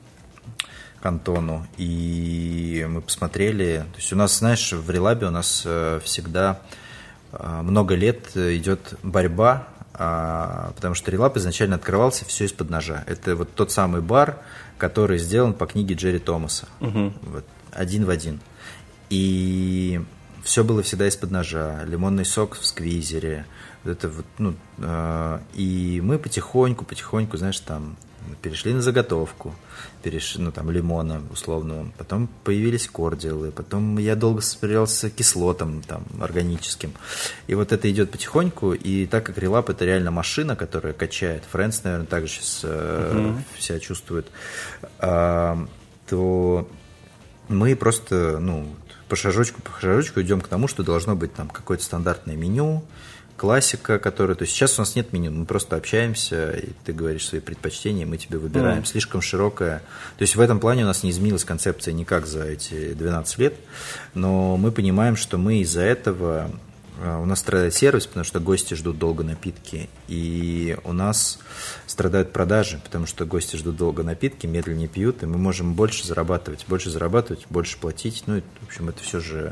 к Антону, и мы посмотрели, то есть у нас, знаешь, в Релабе у нас э, всегда э, много лет идет борьба, э, потому что Релаб изначально открывался все из-под ножа. Это вот тот самый бар, который сделан по книге Джерри Томаса, uh-huh. вот, один в один. И все было всегда из-под ножа. Лимонный сок в сквизере. Вот это вот, ну, э, и мы потихоньку, потихоньку, знаешь, там перешли на заготовку, перешли, ну, там, лимона условного. Потом появились кордилы. Потом я долго сопротивлялся кислотам там, органическим. И вот это идет потихоньку. И так как Релаб — это реально машина, которая качает. Френдс, наверное, также сейчас э, uh-huh. себя чувствует. Э, то мы просто, ну, по шажочку, по шажочку идем к тому, что должно быть там какое-то стандартное меню, классика, которая... То есть сейчас у нас нет меню, мы просто общаемся, и ты говоришь свои предпочтения, мы тебе выбираем. Mm. Слишком широкая... То есть в этом плане у нас не изменилась концепция никак за эти двенадцать лет, но мы понимаем, что мы из-за этого... У нас страдает сервис, потому что гости ждут долго напитки, и у нас страдают продажи, потому что гости ждут долго напитки, медленнее пьют, и мы можем больше зарабатывать, больше зарабатывать, больше платить. Ну, и, в общем, это все же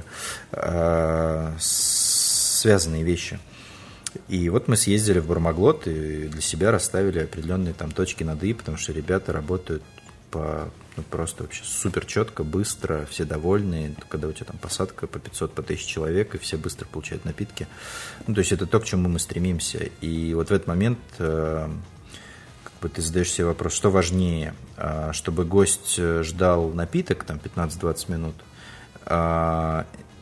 э, связанные вещи. И вот мы съездили в Бармаглот и для себя расставили определенные там точки над «и», потому что ребята работают по, ну, просто вообще супер четко, быстро, все довольны. Когда у тебя там посадка по пятьсот, по тысяче человек, и все быстро получают напитки. Ну, то есть это то, к чему мы стремимся. И вот в этот момент э, как бы ты задаешь себе вопрос, что важнее, э, чтобы гость ждал напиток там пятнадцать-двадцать минут, э,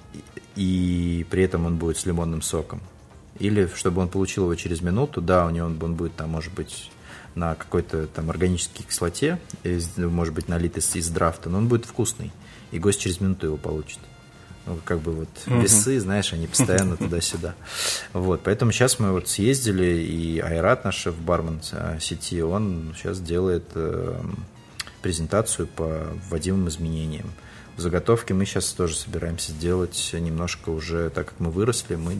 и при этом он будет с лимонным соком, или чтобы он получил его через минуту, да, у него он, он будет там, может быть, на какой-то там органической кислоте, может быть, налит из, из драфта, но он будет вкусный, и гость через минуту его получит. Ну, как бы вот uh-huh. весы, знаешь, они постоянно туда-сюда. Вот, поэтому сейчас мы вот съездили, и Айрат наш шеф-бармен сети, он сейчас делает э, презентацию по вводимым изменениям. В заготовке мы сейчас тоже собираемся сделать немножко уже, так как мы выросли, мы...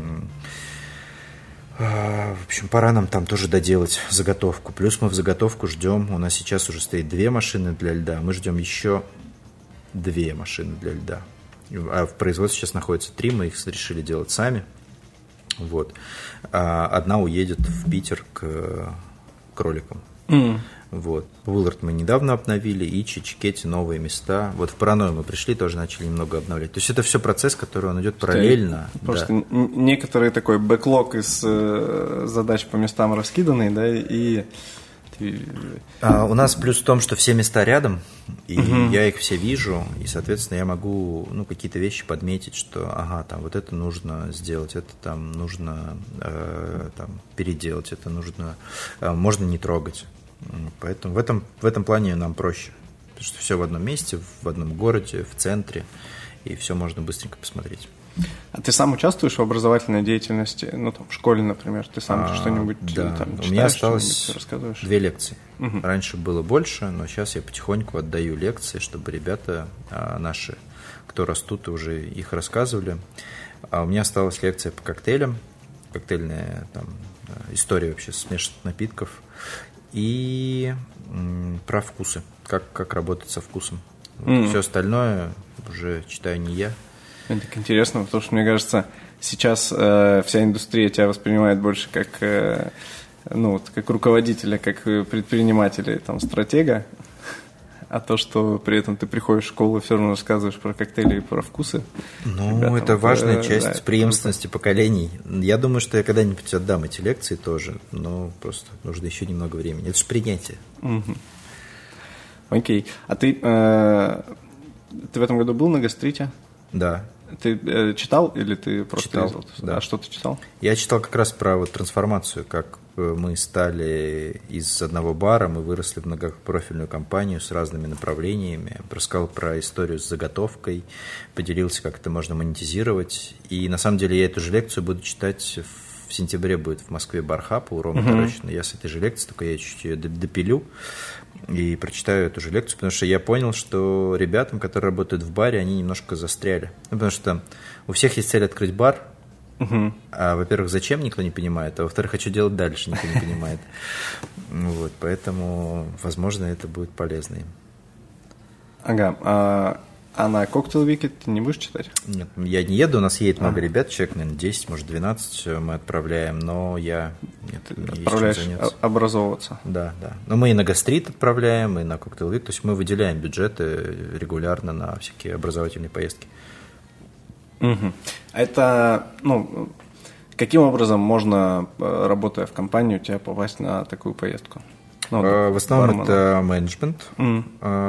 В общем, пора нам там тоже доделать заготовку. Плюс мы в заготовку ждем, у нас сейчас уже стоит две машины для льда, мы ждем еще две машины для льда. А в производстве сейчас находится три, мы их решили делать сами. Вот. А одна уедет в Питер к кроликам. Mm. Вот. Уиллард мы недавно обновили, и Чичикете новые места. Вот в Паранойю мы пришли, тоже начали немного обновлять. То есть это все процесс, который он идет параллельно. Потому да. что некоторые такой бэклог из э, задач по местам раскиданный, да, и... А у нас плюс в том, что все места рядом, и угу. я их все вижу, и, соответственно, я могу, ну, какие-то вещи подметить, что, ага, там, вот это нужно сделать, это там нужно э, там, переделать, это нужно, э, можно не трогать. Поэтому в этом, в этом плане нам проще, потому что все в одном месте, в одном городе, в центре, и все можно быстренько посмотреть. А ты сам участвуешь в образовательной деятельности, ну, там, в школе, например, ты сам а, что-нибудь да. там читаешь? У меня осталось две лекции. Угу. Раньше было больше, но сейчас я потихоньку отдаю лекции, чтобы ребята а, наши, кто растут, уже их рассказывали. А у меня осталась лекция по коктейлям, коктейльная там, история вообще смешанных напитков, и м, про вкусы, как, как работать со вкусом. Mm. Все остальное уже читаю не я. Это так интересно, потому что, мне кажется, сейчас э, вся индустрия тебя воспринимает больше как, э, ну, вот, как руководителя, как предпринимателя, там, стратега, а то, что при этом ты приходишь в школу и все равно рассказываешь про коктейли и про вкусы. Ну, ребятам, это важная это, часть да, преемственности поколений. Я думаю, что я когда-нибудь отдам эти лекции тоже, но просто нужно еще немного времени. Это же принятие. Угу. Окей. А ты, э, ты в этом году был на гастрите? Да. Ты э, читал или ты просто читал, ездил? Да. А что ты читал? Я читал как раз про вот трансформацию, как мы стали из одного бара, мы выросли в многопрофильную компанию с разными направлениями. Рассказал про историю с заготовкой, поделился, как это можно монетизировать. И на самом деле я эту же лекцию буду читать в сентябре будет в Москве бархап у Ромы uh-huh. Корочина. Я с этой же лекции, только я чуть-чуть ее допилю и прочитаю эту же лекцию, потому что я понял, что ребятам, которые работают в баре, они немножко застряли. Ну, потому что у всех есть цель открыть бар, uh-huh. а, во-первых, зачем, никто не понимает, а во-вторых, а что делать дальше, никто не понимает. Вот, поэтому, возможно, это будет полезно им. Ага, а, а на Cocktail Week ты не будешь читать? Нет, я не еду, у нас едет много а. ребят, человек, наверное, десять, может, двенадцать мы отправляем, но я... Нет, ты отправляешь образовываться? Да, да. Но мы и на гастрит отправляем, и на Cocktail Week, то есть мы выделяем бюджеты регулярно на всякие образовательные поездки. Угу. Это, ну, каким образом можно, работая в компании, у тебя попасть на такую поездку? Ну, в основном бармена. Это менеджмент, mm.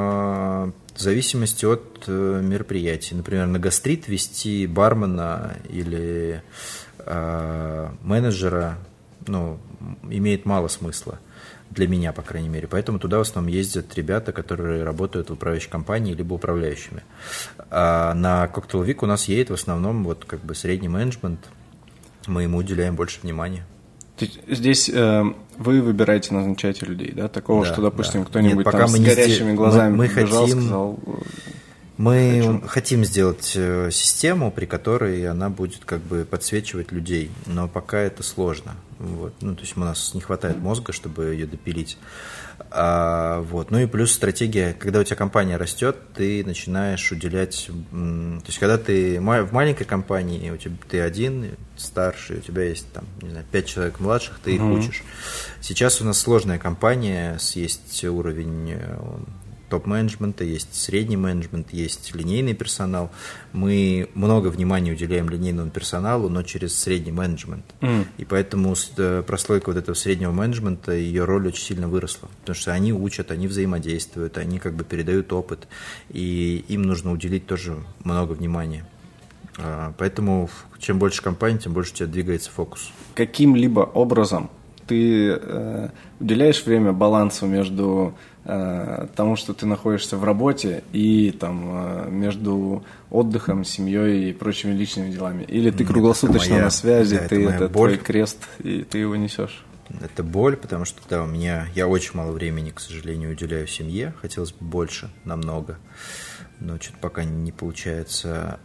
в зависимости от мероприятий. Например, на гастрит вести бармена или менеджера, ну, имеет мало смысла. Для меня, по крайней мере. Поэтому туда в основном ездят ребята, которые работают в управляющей компании, либо управляющими. А на Cocktail Week у нас едет в основном вот как бы средний менеджмент. Мы ему уделяем больше внимания. Здесь э, вы выбираете, назначаете людей, да? Такого, да, что, допустим, да. кто-нибудь Нет, там с горящими глазами мы, мы бежал, хотим, сказал... Мы хочу. хотим сделать систему, при которой она будет как бы подсвечивать людей, но пока это сложно. Вот. Ну, то есть у нас не хватает мозга, чтобы ее допилить. А, вот. Ну и плюс стратегия, когда у тебя компания растет, ты начинаешь уделять... То есть когда ты в маленькой компании, у тебя ты один старший, у тебя есть там, не знаю, пять человек младших, ты их mm-hmm. учишь. Сейчас у нас сложная компания, есть уровень топ-менеджмента, есть средний менеджмент, есть линейный персонал. Мы много внимания уделяем линейному персоналу, но через средний менеджмент. Mm. И поэтому прослойка вот этого среднего менеджмента, ее роль очень сильно выросла. Потому что они учат, они взаимодействуют, они как бы передают опыт, и им нужно уделить тоже много внимания. Поэтому чем больше компаний, тем больше у тебя двигается фокус. Каким-либо образом ты э, уделяешь время балансу между э, тому, что ты находишься в работе, и там, э, между отдыхом, семьей и прочими личными делами? Или ты круглосуточно моя, на связи, да, ты это, это твой крест, и ты его несешь? Это боль, потому что да, у меня я очень мало времени, к сожалению, уделяю семье. Хотелось бы больше, намного, но что-то пока не получается.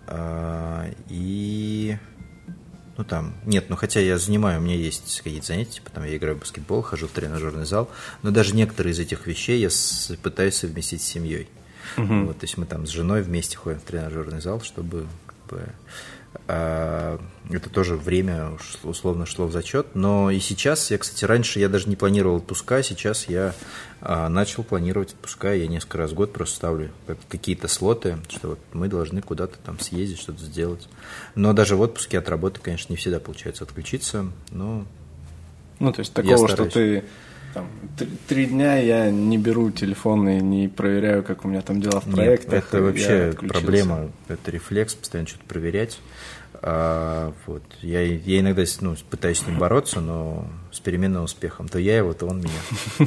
И... Ну, там, нет, ну, хотя я занимаю, у меня есть какие-то занятия, типа, там, я играю в баскетбол, хожу в тренажерный зал, но даже некоторые из этих вещей я с, пытаюсь совместить с семьей. Uh-huh. Вот, то есть мы там с женой вместе ходим в тренажерный зал, чтобы, как бы, а, это тоже время условно шло в зачет. Но и сейчас, я, кстати, раньше я даже не планировал отпуска, сейчас я а, начал планировать отпуска, я несколько раз в год просто ставлю какие-то слоты, что вот мы должны куда-то там съездить, что-то сделать. Но даже в отпуске от работы, конечно, не всегда получается отключиться, но ну, то есть такого, что ты там, три, три дня я не беру телефон и не проверяю, как у меня там дела в проектах. Нет, это вообще проблема, это рефлекс, постоянно что-то проверять. А, вот. я, я иногда ну, пытаюсь с ним бороться, но с переменным успехом. То я его, то он меня.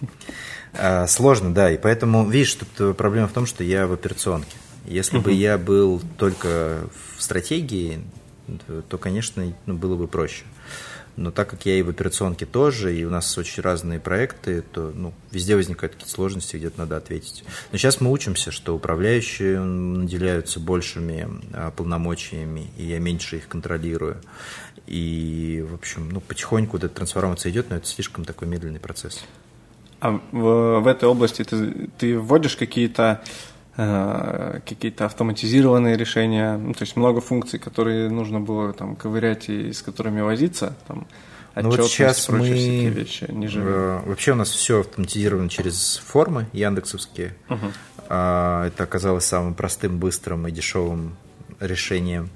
А, сложно, да, и поэтому, видишь, тут проблема в том, что я в операционке. Если бы я был только в стратегии, то, конечно, ну, было бы проще. Но так как я и в операционке тоже, и у нас очень разные проекты, то ну, везде возникают какие-то сложности, где-то надо ответить. Но сейчас мы учимся, что управляющие наделяются большими а, полномочиями, и я меньше их контролирую. И, в общем, ну, потихоньку вот эта трансформация идет, но это слишком такой медленный процесс. А в, в этой области ты, ты вводишь какие-то... какие-то автоматизированные решения, ну, то есть много функций, которые нужно было там ковырять и с которыми возиться, там, отчетность, ну, вот сейчас прочие мы... всякие вещи. Ниже... Вообще у нас все автоматизировано через формы яндексовские. Uh-huh. Это оказалось самым простым, быстрым и дешевым решением.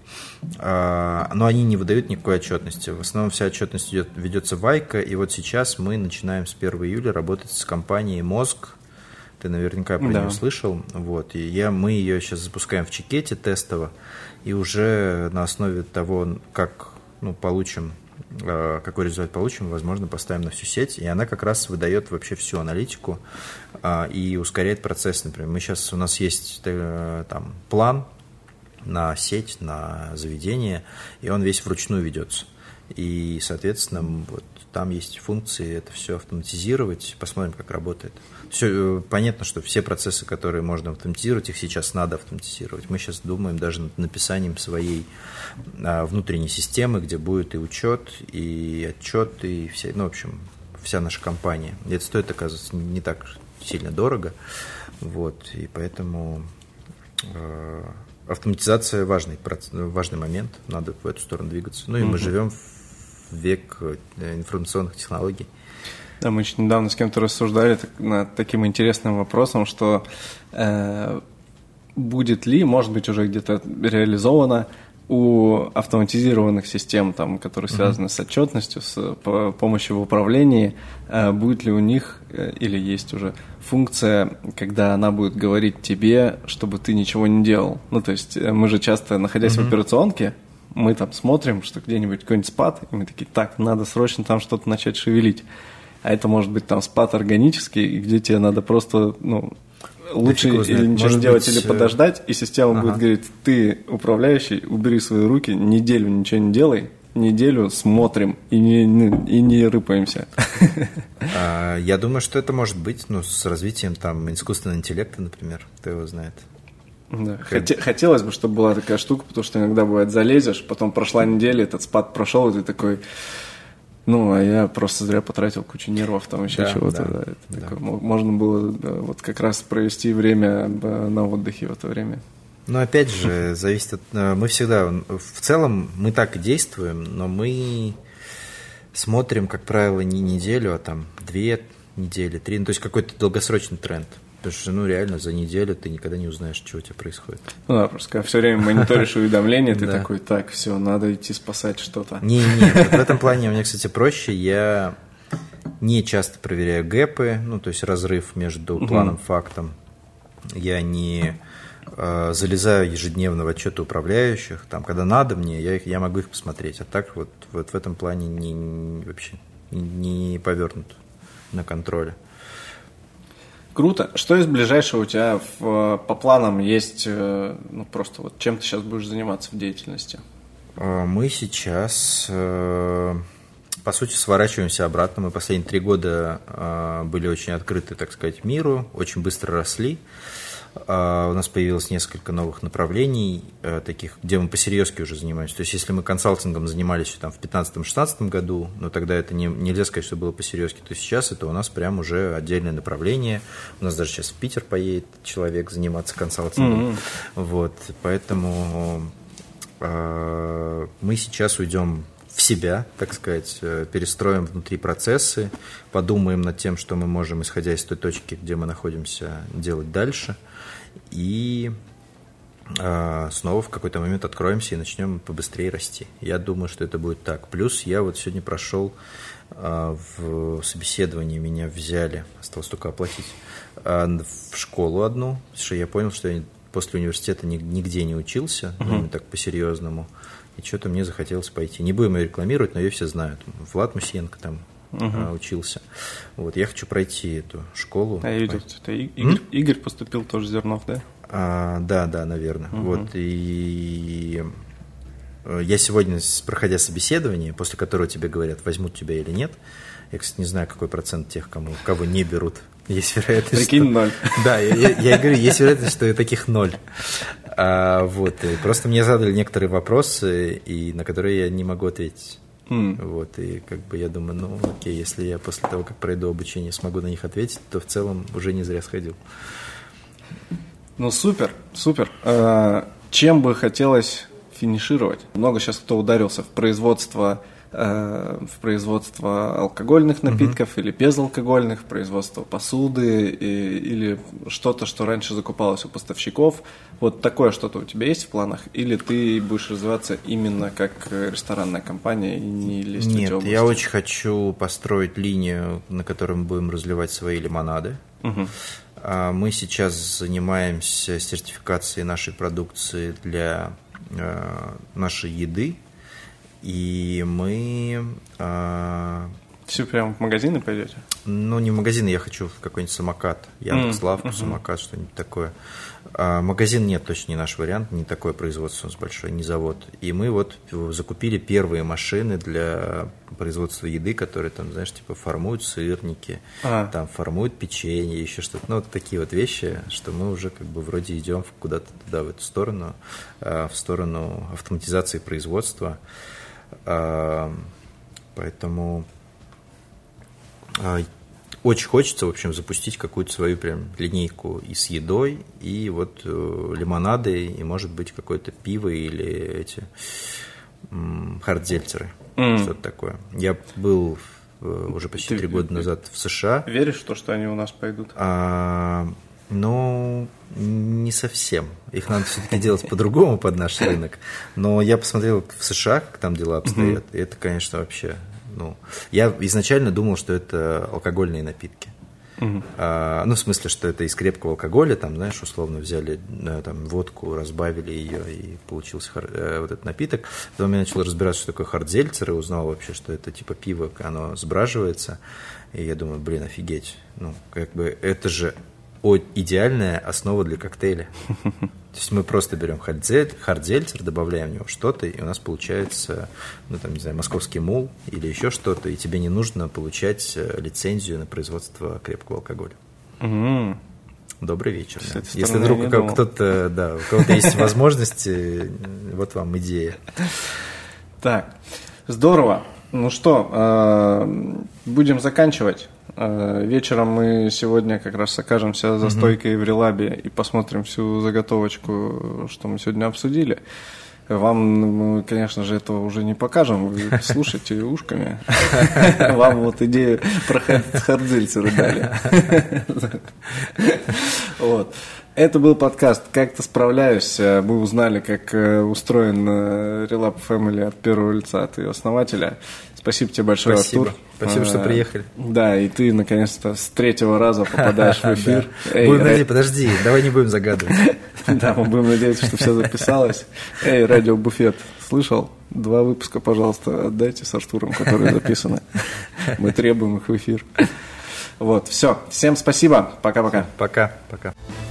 Но они не выдают никакой отчетности. В основном вся отчетность идет, ведется в Айка, и вот сейчас мы начинаем с первого июля работать с компанией Мозг. Ты наверняка про да. нее слышал. Вот. И я, мы ее сейчас запускаем в чекете тестово, и уже на основе того, как ну, получим, э, какой результат получим, возможно, поставим на всю сеть, и она как раз выдает вообще всю аналитику э, и ускоряет процесс. Например, мы сейчас, у нас есть э, там, план на сеть, на заведение, и он весь вручную ведется. И, соответственно, вот там есть функции это все автоматизировать, посмотрим, как работает. Все, понятно, что все процессы, которые можно автоматизировать, их сейчас надо автоматизировать. Мы сейчас думаем даже над написанием своей а, внутренней системы, где будет и учет, и отчет, и все, ну, в общем, вся наша компания. И это стоит, оказывается, не так сильно дорого. Вот, и поэтому э, автоматизация важный, важный момент, надо в эту сторону двигаться. Ну и мы живем в век информационных технологий. Да, мы еще недавно с кем-то рассуждали так, над таким интересным вопросом, что э, будет ли, может быть, уже где-то реализовано у автоматизированных систем, там, которые связаны mm-hmm. с отчетностью, с по, помощью в управлении, э, будет ли у них э, или есть уже функция, когда она будет говорить тебе, чтобы ты ничего не делал. Ну, то есть мы же часто, находясь mm-hmm. в операционке, мы там смотрим, что где-нибудь какой-нибудь спад, и мы такие, так, надо срочно там что-то начать шевелить. А это может быть там спад органический, где тебе надо просто, ну, лучше или ничего не делать, быть... или подождать, и система ага. будет говорить, ты, управляющий, убери свои руки, неделю ничего не делай, неделю смотрим и не, и не рыпаемся. Я думаю, что это может быть, ну, с развитием там искусственного интеллекта, например, кто его знает. Да. Хот- хотелось бы, чтобы была такая штука, потому что иногда бывает залезешь, потом прошла неделя, этот спад прошел, и ты такой, ну, а я просто зря потратил кучу нервов, там еще да, чего-то. Да, да. Да. Такое, можно было да, вот как раз провести время на отдыхе в это время. Но опять же, зависит от... Мы всегда, в целом, мы так и действуем, но мы смотрим, как правило, не неделю, а там две недели, три, ну, то есть какой-то долгосрочный тренд. Потому что, ну, реально, за неделю ты никогда не узнаешь, что у тебя происходит. Ну да, просто когда все время мониторишь уведомления, ты такой, так, все, надо идти спасать что-то. Не-не, в этом плане у меня, кстати, проще. Я не часто проверяю гэпы, ну, то есть разрыв между планом и фактом. Я не э, залезаю ежедневно в отчеты управляющих. Там, когда надо мне, я, их, я могу их посмотреть. А так вот, вот в этом плане не, не, вообще не, не повернут на контроле. Круто. Что из ближайшего у тебя в, по планам есть, ну, просто вот чем ты сейчас будешь заниматься в деятельности? Мы сейчас, по сути, сворачиваемся обратно. Мы последние три года были очень открыты, так сказать, миру, очень быстро росли. У нас появилось несколько новых направлений, таких, где мы посерьезки уже занимаемся. То есть, если мы консалтингом занимались там, в пятнадцатом-шестнадцатом году, но тогда это не, нельзя сказать, что было посерьезки, то сейчас это у нас прям уже отдельное направление. У нас даже сейчас в Питер поедет человек заниматься консалтингом. Mm-hmm. Вот, поэтому э, мы сейчас уйдем в себя, так сказать, перестроим внутри процессы, подумаем над тем, что мы можем, исходя из той точки, где мы находимся, делать дальше. И э, снова в какой-то момент откроемся и начнем побыстрее расти. Я думаю, что это будет так. Плюс я вот сегодня прошел э, в собеседование, меня взяли, осталось только оплатить, э, в школу одну, потому что я понял, что я после университета нигде не учился, uh-huh. ну, так по-серьезному, и что-то мне захотелось пойти. Не будем ее рекламировать, но ее все знают. Влад Мусиенко там uh-huh. учился. Вот, я хочу пройти эту школу. А я видел, это Игорь, М? Игорь поступил тоже Зернов, да? А, да, да, наверное. Uh-huh. Вот, и я сегодня, проходя собеседование, после которого тебе говорят, возьмут тебя или нет, я, кстати, не знаю, какой процент тех, кому, кого не берут. Есть вероятность, Прикинь, что... ноль. Да, я, я, я говорю, есть вероятность, что и таких ноль. А, вот, и просто мне задали некоторые вопросы, и на которые я не могу ответить. Mm. Вот, и как бы я думаю, ну окей, если я после того, как пройду обучение, смогу на них ответить, то в целом уже не зря сходил. Ну супер, супер. А, чем бы хотелось финишировать? Много сейчас кто ударился в производство, а, в производство алкогольных напитков mm-hmm. или безалкогольных, в производство посуды и, или что-то, что раньше закупалось у поставщиков. Вот такое что-то у тебя есть в планах? Или ты будешь развиваться именно как ресторанная компания и не лезть в эти области? Нет, я очень хочу построить линию, на которой мы будем разливать свои лимонады. Угу. Мы сейчас занимаемся сертификацией нашей продукции для нашей еды. И мы Все прям в магазины пойдете? Ну, не в магазины, я хочу в какой-нибудь самокат, Яндекс.Лавку, mm-hmm. самокат, что-нибудь такое. А магазин нет, точно не наш вариант, не такое производство у нас большое, не завод. И мы вот закупили первые машины для производства еды, которые там, знаешь, типа формуют сырники, а. там формуют печенье, еще что-то. Ну, вот такие вот вещи, что мы уже как бы вроде идем куда-то туда, в эту сторону, в сторону автоматизации производства. Поэтому очень хочется, в общем, запустить какую-то свою прям линейку и с едой, и вот э, лимонады, и, может быть, какое-то пиво или эти м, хардзельцеры, mm. что-то такое. Я был э, уже почти три года назад в США. Веришь в то, что они у нас пойдут? А, ну, не совсем. Их надо все-таки делать по-другому под наш рынок. Но я посмотрел в США, как там дела обстоят, mm-hmm. и это, конечно, вообще... Ну, я изначально думал, что это алкогольные напитки. Uh-huh. А, ну, в смысле, что это из крепкого алкоголя, там, знаешь, условно взяли там, водку, разбавили ее, и получился хар... вот этот напиток. Потом я начал разбираться, что такое хардзельцер, и узнал вообще, что это типа пиво, оно сбраживается. И я думаю, блин, офигеть. Ну, как бы это же идеальная основа для коктейля. То есть мы просто берем хардзельцер, добавляем в него что-то, и у нас получается, ну, там, не знаю, московский мул или еще что-то, и тебе не нужно получать лицензию на производство крепкого алкоголя. Mm-hmm. Добрый вечер. Да. Если вдруг у кто-то, да, у кого-то есть возможности, вот вам идея. Так, здорово. Ну что, будем заканчивать. Вечером мы сегодня как раз окажемся за стойкой в Релабе и посмотрим всю заготовочку, что мы сегодня обсудили. Вам мы, конечно же, этого уже не покажем, вы слушайте ушками. Вам вот идею про хардзельцеры дали. Вот. Это был подкаст «Как-то справляюсь». Мы узнали, как устроен Relab Family от первого лица, от ее основателя. Спасибо тебе большое, Спасибо. Артур. Спасибо, а, что приехали. Да, и ты, наконец-то, с третьего раза попадаешь в эфир. Эй, подожди, давай не будем загадывать. Да, мы будем надеяться, что все записалось. Эй, Радио Буфет, слышал? Два выпуска, пожалуйста, отдайте с Артуром, которые записаны. Мы требуем их в эфир. Вот, все. Всем спасибо. Пока-пока. Пока, пока.